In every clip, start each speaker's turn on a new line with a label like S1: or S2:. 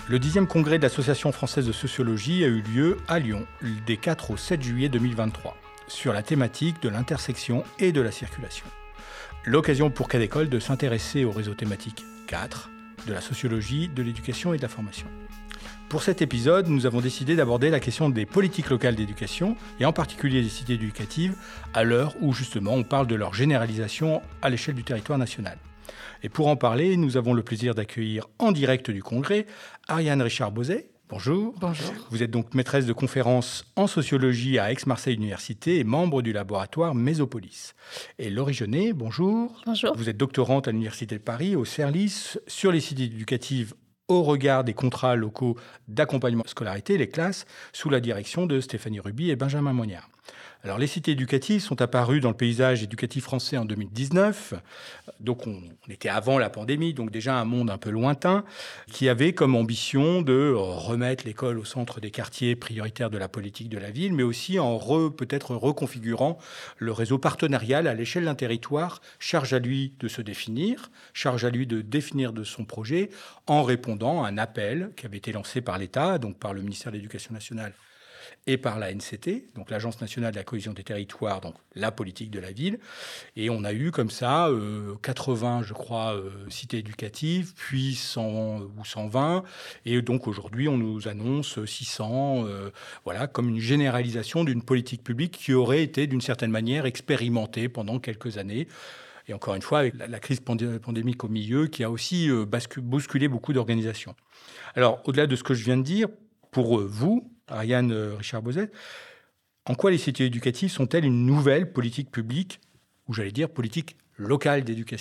S1: Le 10e congrès de l'Association française de sociologie a eu lieu à Lyon, des 4 au 7 juillet 2023, sur la thématique de l'intersection et de la circulation. L'occasion pour Cadécole de s'intéresser au réseau thématique 4 de la sociologie, de l'éducation et de la formation. Pour cet épisode, nous avons décidé d'aborder la question des politiques locales d'éducation, et en particulier des cités éducatives, à l'heure où justement on parle de leur généralisation à l'échelle du territoire national. Et pour en parler, nous avons le plaisir d'accueillir en direct du congrès Ariane Richard-Bozet. Bonjour.
S2: Bonjour.
S1: Vous êtes donc maîtresse de conférences en sociologie à Aix-Marseille Université et membre du laboratoire Mésopolis. Et Laurie Jeunet, bonjour.
S2: Bonjour.
S1: Vous êtes doctorante à l'Université de Paris, au CERLIS, sur les cités éducatives au regard des contrats locaux d'accompagnement scolarité, les classes, sous la direction de Stéphanie Ruby et Benjamin Moignard. Alors, les cités éducatives sont apparues dans le paysage éducatif français en 2019. Donc, on était avant la pandémie, donc déjà un monde un peu lointain, qui avait comme ambition de remettre l'école au centre des quartiers prioritaires de la politique de la ville, mais aussi en peut-être reconfigurant le réseau partenarial à l'échelle d'un territoire. Charge à lui de se définir, charge à lui de définir de son projet, en répondant à un appel qui avait été lancé par l'État, donc par le ministère de l'Éducation nationale, et par la NCT, donc l'Agence nationale de la cohésion des territoires, donc la politique de la ville. Et on a eu comme ça 80, je crois, cités éducatives, puis 100 ou 120. Et donc aujourd'hui, on nous annonce 600, comme une généralisation d'une politique publique qui aurait été d'une certaine manière expérimentée pendant quelques années. Et encore une fois, avec la crise pandémique au milieu, qui a aussi bousculé beaucoup d'organisations. Alors, au-delà de ce que je viens de dire, pour vous, Ariane Richard-Bozet, en quoi les cités éducatives sont-elles une nouvelle politique publique, ou j'allais dire politique locale d'éducation ?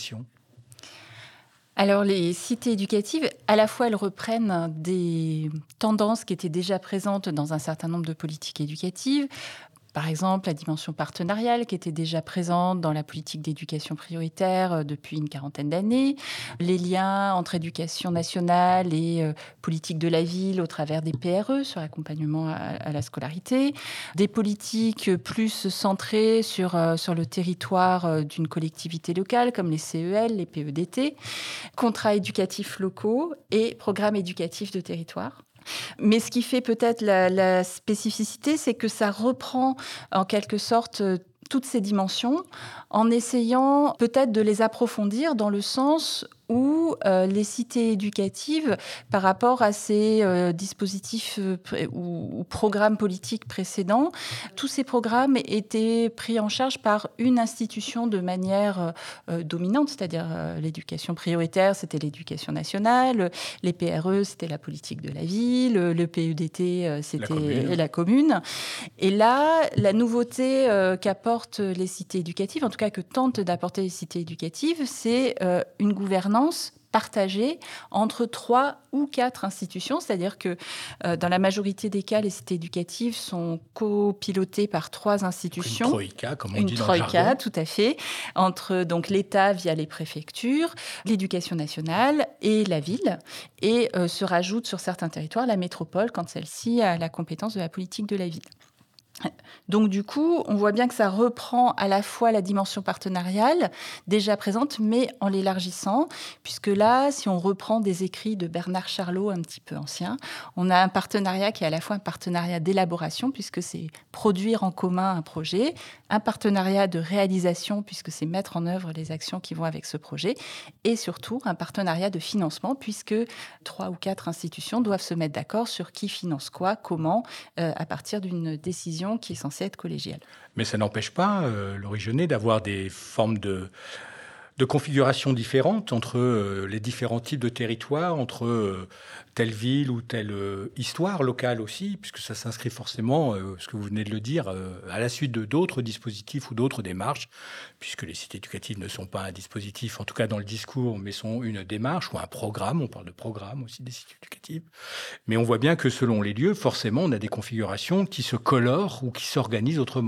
S2: Alors, les cités éducatives, à la fois, elles reprennent des tendances qui étaient déjà présentes dans un certain nombre de politiques éducatives. Par exemple, la dimension partenariale qui était déjà présente dans la politique d'éducation prioritaire depuis une quarantaine d'années, les liens entre éducation nationale et politique de la ville au travers des PRE sur l'accompagnement à la scolarité, des politiques plus centrées sur le territoire d'une collectivité locale comme les CEL, les PEDT, contrats éducatifs locaux et programmes éducatifs de territoire. Mais ce qui fait peut-être la spécificité, c'est que ça reprend en quelque sorte toutes ces dimensions en essayant peut-être de les approfondir dans le sens où les cités éducatives, par rapport à ces dispositifs ou programmes politiques précédents, tous ces programmes étaient pris en charge par une institution de manière dominante, c'est-à-dire l'éducation prioritaire, c'était l'éducation nationale, les PRE, c'était la politique de la ville, le PEDT, c'était la commune. Et là, la nouveauté qu'apportent les cités éducatives, en tout cas que tentent d'apporter les cités éducatives, c'est une gouvernance partagée entre 3 ou 4 institutions, c'est-à-dire que dans la majorité des cas, les cités éducatives sont copilotées par 3 institutions.
S1: Une troïka, comme on dit dans le jargon.
S2: Une troïka, tout à fait, entre donc l'État via les préfectures, l'éducation nationale et la ville, et se rajoute sur certains territoires la métropole quand celle-ci a la compétence de la politique de la ville. Donc du coup, on voit bien que ça reprend à la fois la dimension partenariale déjà présente, mais en l'élargissant, puisque là, si on reprend des écrits de Bernard Charlot, un petit peu ancien, on a un partenariat qui est à la fois un partenariat d'élaboration, puisque c'est produire en commun un projet, un partenariat de réalisation, puisque c'est mettre en œuvre les actions qui vont avec ce projet, et surtout un partenariat de financement, puisque 3 ou 4 institutions doivent se mettre d'accord sur qui finance quoi, comment, à partir d'une décision qui est censée être collégiale.
S1: Mais ça n'empêche pas, Laurie Jeunet, d'avoir des formes de configuration différentes entre les différents types de territoires, entre telle ville ou telle histoire locale aussi, puisque ça s'inscrit forcément, ce que vous venez de le dire, à la suite de d'autres dispositifs ou d'autres démarches, puisque les cités éducatives ne sont pas un dispositif, en tout cas dans le discours, mais sont une démarche ou un programme. On parle de programme aussi des cités éducatives. Mais on voit bien que selon les lieux, forcément, on a des configurations qui se colorent ou qui s'organisent autrement.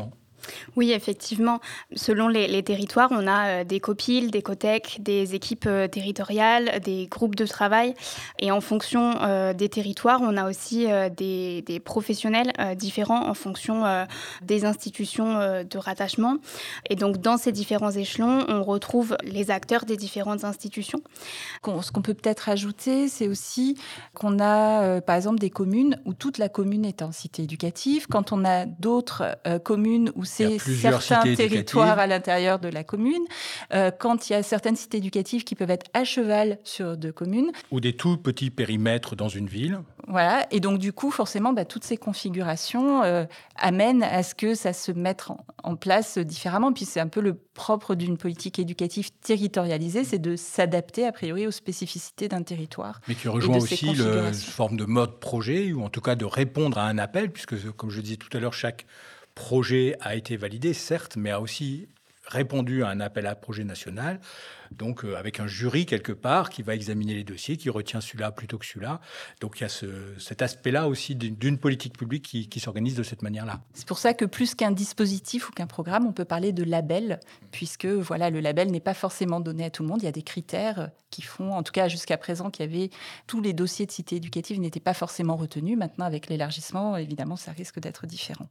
S3: Oui, effectivement. Selon les territoires, on a des COPIL, des COTEC, des équipes territoriales, des groupes de travail. Et en fonction des territoires, on a aussi des professionnels différents en fonction des institutions de rattachement. Et donc, dans ces différents échelons, on retrouve les acteurs des différentes institutions.
S2: Ce qu'on peut peut-être ajouter, c'est aussi qu'on a, par exemple, des communes où toute la commune est en cité éducative. Quand on a d'autres communes où c'est certains territoires à l'intérieur de la commune, quand il y a certaines cités éducatives qui peuvent être à cheval sur 2 communes.
S1: Ou des tout petits périmètres dans une ville.
S2: Voilà, et donc du coup, forcément, toutes ces configurations amènent à ce que ça se mette en place différemment. Puis c'est un peu le propre d'une politique éducative territorialisée, c'est de s'adapter a priori aux spécificités d'un territoire.
S1: Mais qui rejoint aussi une forme de mode projet, ou en tout cas de répondre à un appel, puisque comme je disais tout à l'heure, chaque projet a été validé, certes, mais a aussi répondu à un appel à projet national, donc avec un jury quelque part qui va examiner les dossiers, qui retient celui-là plutôt que celui-là. Donc il y a cet aspect-là aussi d'une politique publique qui s'organise de cette manière-là.
S2: C'est pour ça que plus qu'un dispositif ou qu'un programme, on peut parler de label, puisque voilà, le label n'est pas forcément donné à tout le monde. Il y a des critères qui font, en tout cas jusqu'à présent, qu'il y avait tous les dossiers de cité éducative n'étaient pas forcément retenus. Maintenant, avec l'élargissement, évidemment, ça risque d'être différent.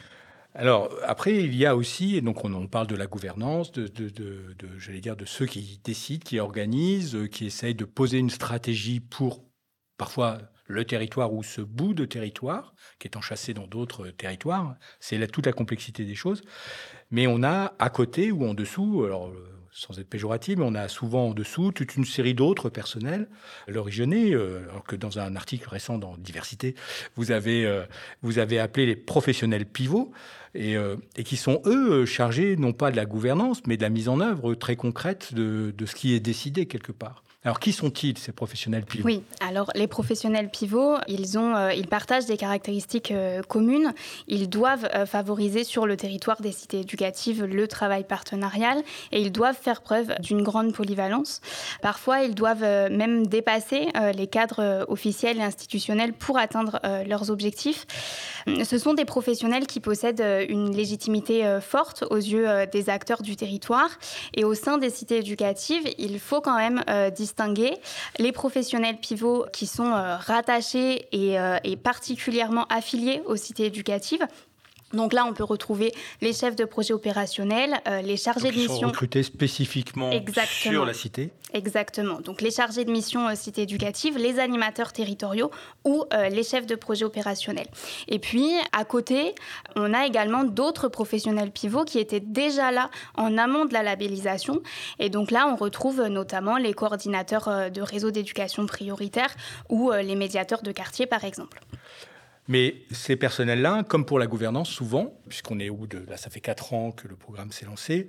S1: Alors, après, il y a aussi, et donc on parle de la gouvernance, j'allais dire, de ceux qui décident, qui organisent, qui essayent de poser une stratégie pour, parfois, le territoire ou ce bout de territoire, qui est enchâssé dans d'autres territoires. C'est toute la complexité des choses. Mais on a à côté ou en dessous, alors sans être péjoratif, mais on a souvent en dessous toute une série d'autres personnels, l'originer, alors que dans un article récent dans Diversité, vous avez appelé les professionnels pivots, et qui sont, eux, chargés non pas de la gouvernance, mais de la mise en œuvre très concrète de ce qui est décidé quelque part. Alors, qui sont-ils, ces professionnels pivots ?
S3: Oui, alors les professionnels pivots, ils partagent des caractéristiques communes. Ils doivent favoriser sur le territoire des cités éducatives le travail partenarial et ils doivent faire preuve d'une grande polyvalence. Parfois, ils doivent même dépasser les cadres officiels et institutionnels pour atteindre leurs objectifs. Ce sont des professionnels qui possèdent une légitimité forte aux yeux des acteurs du territoire. Et au sein des cités éducatives, il faut quand même distinguer les professionnels pivots qui sont rattachés et particulièrement affiliés aux cités éducatives. Donc là, on peut retrouver les chefs de projet opérationnels, les chargés de mission.
S1: Ils sont recrutés spécifiquement sur la cité.
S3: Exactement. Donc les chargés de mission cité éducative, les animateurs territoriaux ou les chefs de projet opérationnels. Et puis, à côté, on a également d'autres professionnels pivots qui étaient déjà là en amont de la labellisation. Et donc là, on retrouve notamment les coordinateurs de réseaux d'éducation prioritaire ou les médiateurs de quartier, par exemple.
S1: Mais ces personnels-là, comme pour la gouvernance, souvent, puisqu'on est là, ça fait 4 ans que le programme s'est lancé,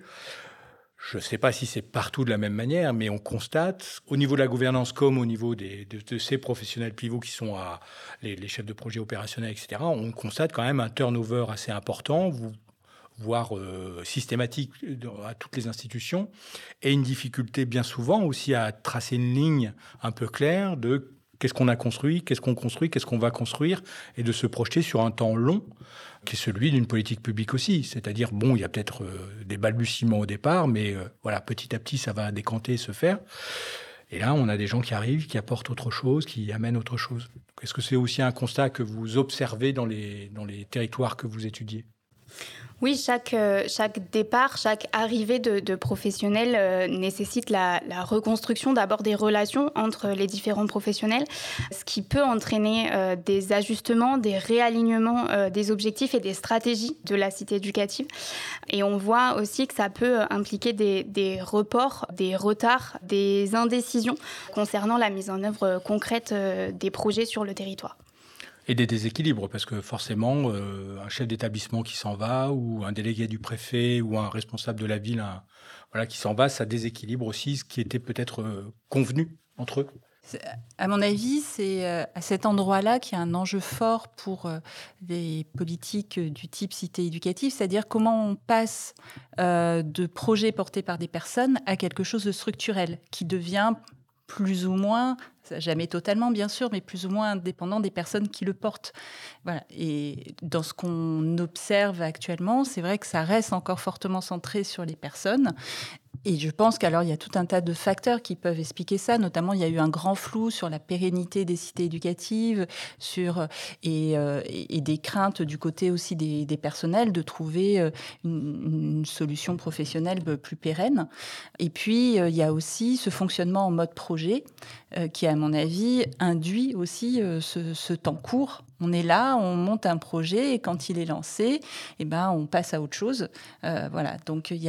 S1: je ne sais pas si c'est partout de la même manière, mais on constate, au niveau de la gouvernance comme au niveau de ces professionnels pivots qui sont les chefs de projet opérationnels, etc., on constate quand même un turnover assez important, voire systématique à toutes les institutions, et une difficulté bien souvent aussi à tracer une ligne un peu claire de qu'est-ce qu'on a construit, qu'est-ce qu'on va construire, et de se projeter sur un temps long, qui est celui d'une politique publique aussi. C'est-à-dire, il y a peut-être des balbutiements au départ, mais voilà, petit à petit, ça va décanter et se faire. Et là, on a des gens qui arrivent, qui apportent autre chose, qui amènent autre chose. Est-ce que c'est aussi un constat que vous observez dans les territoires que vous étudiez ?
S3: Oui, chaque départ, chaque arrivée de professionnels nécessite la reconstruction d'abord des relations entre les différents professionnels, ce qui peut entraîner des ajustements, des réalignements des objectifs et des stratégies de la cité éducative. Et on voit aussi que ça peut impliquer des reports, des retards, des indécisions concernant la mise en œuvre concrète des projets sur le territoire.
S1: Et des déséquilibres, parce que forcément, un chef d'établissement qui s'en va, ou un délégué du préfet, ou un responsable de la ville qui s'en va, ça déséquilibre aussi ce qui était peut-être convenu entre eux.
S2: À mon avis, c'est à cet endroit-là qu'il y a un enjeu fort pour les politiques du type cité éducative, c'est-à-dire comment on passe de projets portés par des personnes à quelque chose de structurel, qui devient plus ou moins, jamais totalement bien sûr, mais plus ou moins indépendant des personnes qui le portent. Voilà. Et dans ce qu'on observe actuellement, c'est vrai que ça reste encore fortement centré sur les personnes. Et je pense qu'alors, il y a tout un tas de facteurs qui peuvent expliquer ça. Notamment, il y a eu un grand flou sur la pérennité des cités éducatives et des craintes du côté aussi des personnels de trouver une solution professionnelle plus pérenne. Et puis, il y a aussi ce fonctionnement en mode projet qui, à mon avis, induit aussi ce temps court. On est là, on monte un projet et quand il est lancé, on passe à autre chose. Voilà. Donc, il y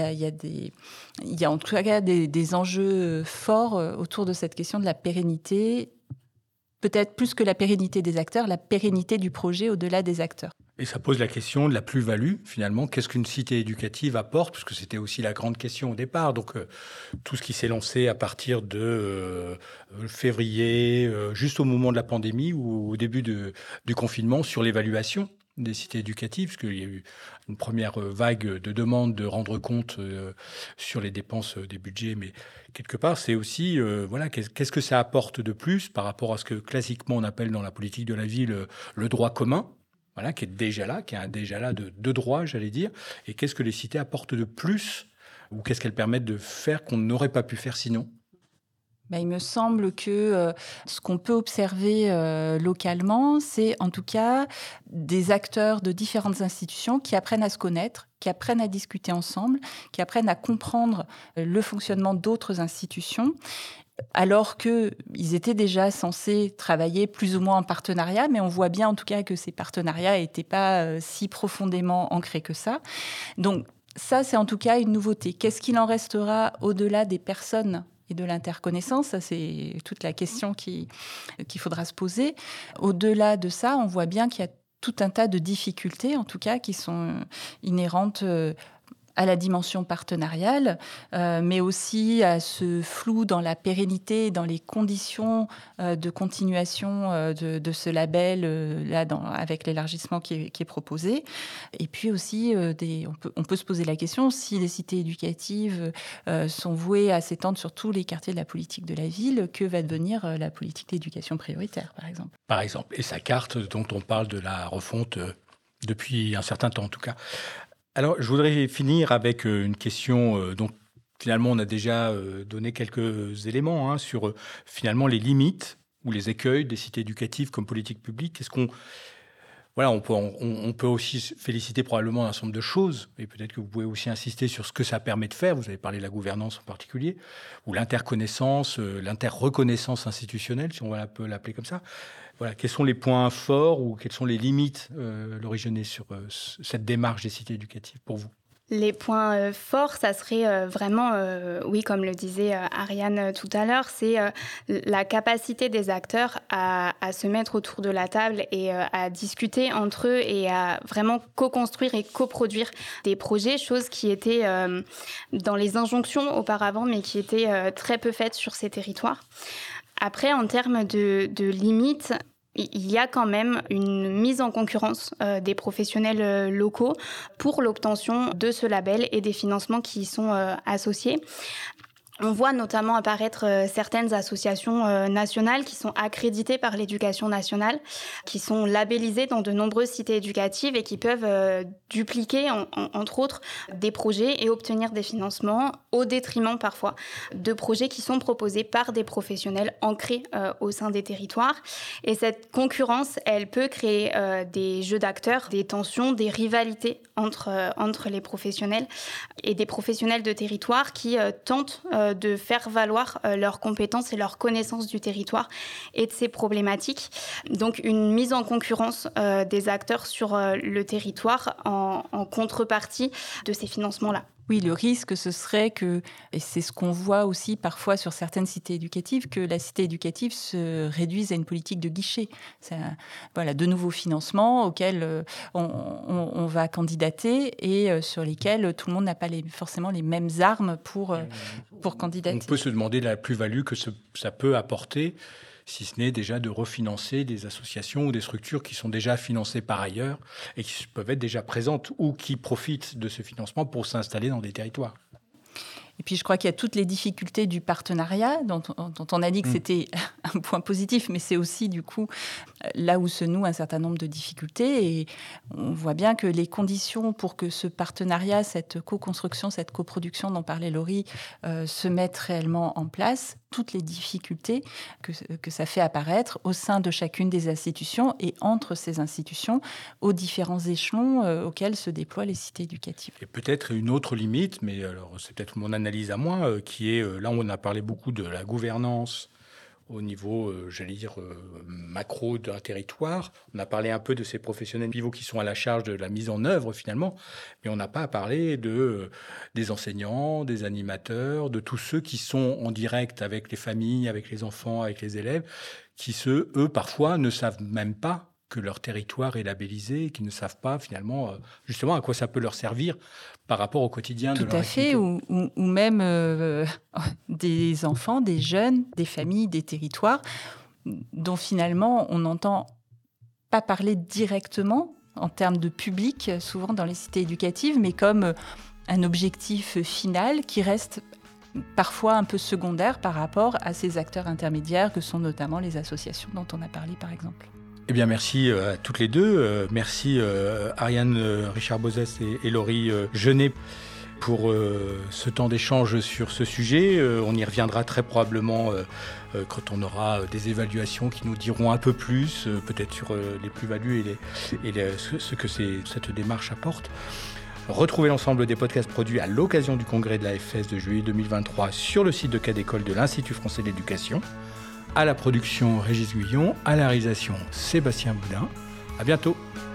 S2: a en tout cas des enjeux forts autour de cette question de la pérennité, peut-être plus que la pérennité des acteurs, la pérennité du projet au-delà des acteurs.
S1: Et ça pose la question de la plus-value, finalement. Qu'est-ce qu'une cité éducative apporte ? Parce que c'était aussi la grande question au départ. Donc, tout ce qui s'est lancé à partir de février, juste au moment de la pandémie ou au début du confinement, sur l'évaluation des cités éducatives, parce qu'il y a eu une première vague de demandes de rendre compte sur les dépenses des budgets, mais quelque part, c'est aussi, qu'est-ce que ça apporte de plus par rapport à ce que classiquement on appelle dans la politique de la ville le droit commun, voilà, qui est déjà là, de droit, j'allais dire, et qu'est-ce que les cités apportent de plus, ou qu'est-ce qu'elles permettent de faire qu'on n'aurait pas pu faire sinon ?
S2: Il me semble que ce qu'on peut observer localement, c'est en tout cas des acteurs de différentes institutions qui apprennent à se connaître, qui apprennent à discuter ensemble, qui apprennent à comprendre le fonctionnement d'autres institutions, alors qu'ils étaient déjà censés travailler plus ou moins en partenariat, mais on voit bien en tout cas que ces partenariats n'étaient pas si profondément ancrés que ça. Donc ça, c'est en tout cas une nouveauté. Qu'est-ce qu'il en restera au-delà des personnes et de l'interconnaissance? Ça, c'est toute la question qu'il faudra se poser. Au-delà de ça, on voit bien qu'il y a tout un tas de difficultés, en tout cas, qui sont inhérentes à la dimension partenariale, mais aussi à ce flou dans la pérennité, dans les conditions de continuation de ce label avec l'élargissement qui est proposé. Et puis aussi, on peut se poser la question si les cités éducatives sont vouées à s'étendre sur tous les quartiers de la politique de la ville, que va devenir la politique d'éducation prioritaire, par exemple.
S1: Par exemple, et sa carte dont on parle de la refonte depuis un certain temps en tout cas. Alors, je voudrais finir avec une question dont finalement on a déjà donné quelques éléments sur finalement les limites ou les écueils des cités éducatives comme politique publique. On peut aussi féliciter probablement un certain nombre de choses, et peut-être que vous pouvez aussi insister sur ce que ça permet de faire. Vous avez parlé de la gouvernance en particulier, ou l'interconnaissance, l'interreconnaissance institutionnelle, si on peut l'appeler comme ça. Voilà, quels sont les points forts ou quelles sont les limites l'originer sur cette démarche des cités éducatives pour vous ?
S3: Les points forts, ça serait vraiment, oui, comme le disait Ariane tout à l'heure, c'est la capacité des acteurs à se mettre autour de la table et à discuter entre eux et à vraiment co-construire et coproduire des projets, chose qui était dans les injonctions auparavant, mais qui était très peu faite sur ces territoires. Après, en termes de limites, il y a quand même une mise en concurrence des professionnels locaux pour l'obtention de ce label et des financements qui y sont associés. On voit notamment apparaître certaines associations nationales qui sont accréditées par l'Éducation nationale, qui sont labellisées dans de nombreuses cités éducatives et qui peuvent dupliquer, entre autres, des projets et obtenir des financements au détriment parfois de projets qui sont proposés par des professionnels ancrés au sein des territoires. Et cette concurrence, elle peut créer des jeux d'acteurs, des tensions, des rivalités entre les professionnels et des professionnels de territoire qui tentent de faire valoir leurs compétences et leurs connaissances du territoire et de ses problématiques. Donc une mise en concurrence des acteurs sur le territoire en contrepartie de ces financements-là.
S2: Oui, le risque, ce serait que, et c'est ce qu'on voit aussi parfois sur certaines cités éducatives, que la cité éducative se réduise à une politique de guichet. C'est de nouveaux financements auxquels on va candidater et sur lesquels tout le monde n'a pas forcément les mêmes armes pour candidater.
S1: On peut se demander la plus-value que ça peut apporter, si ce n'est déjà de refinancer des associations ou des structures qui sont déjà financées par ailleurs et qui peuvent être déjà présentes ou qui profitent de ce financement pour s'installer dans des territoires.
S2: Et puis je crois qu'il y a toutes les difficultés du partenariat, dont on a dit que c'était un point positif, mais c'est aussi du coup là où se nouent un certain nombre de difficultés. Et on voit bien que les conditions pour que ce partenariat, cette co-construction, cette coproduction dont parlait Laurie, se mettent réellement en place, toutes les difficultés que ça fait apparaître au sein de chacune des institutions et entre ces institutions, aux différents échelons auxquels se déploient les cités éducatives.
S1: Et peut-être une autre limite, mais alors c'est peut-être mon analyse à moi, qui est, là on a parlé beaucoup de la gouvernance au niveau, macro d'un territoire. On a parlé un peu de ces professionnels pivots qui sont à la charge de la mise en œuvre finalement, mais on n'a pas parlé des enseignants, des animateurs, de tous ceux qui sont en direct avec les familles, avec les enfants, avec les élèves, qui eux, parfois, ne savent même pas que leur territoire est labellisé, qui ne savent pas finalement justement à quoi ça peut leur servir par rapport au quotidien de leur activité.
S2: Tout à fait, ou même des enfants, des jeunes, des familles, des territoires dont finalement on n'entend pas parler directement en termes de public, souvent dans les cités éducatives, mais comme un objectif final qui reste parfois un peu secondaire par rapport à ces acteurs intermédiaires que sont notamment les associations dont on a parlé par exemple.
S1: Eh bien, merci à toutes les deux. Merci Ariane Richard-Bozès et Laurie Genet pour ce temps d'échange sur ce sujet. On y reviendra très probablement quand on aura des évaluations qui nous diront un peu plus, peut-être sur les plus-values et ce que cette démarche apporte. Retrouvez l'ensemble des podcasts produits à l'occasion du congrès de la FS de juillet 2023 sur le site de Cas d'école de l'Institut français d'éducation. À la production, Régis Guillon. À la réalisation, Sébastien Boudin. À bientôt.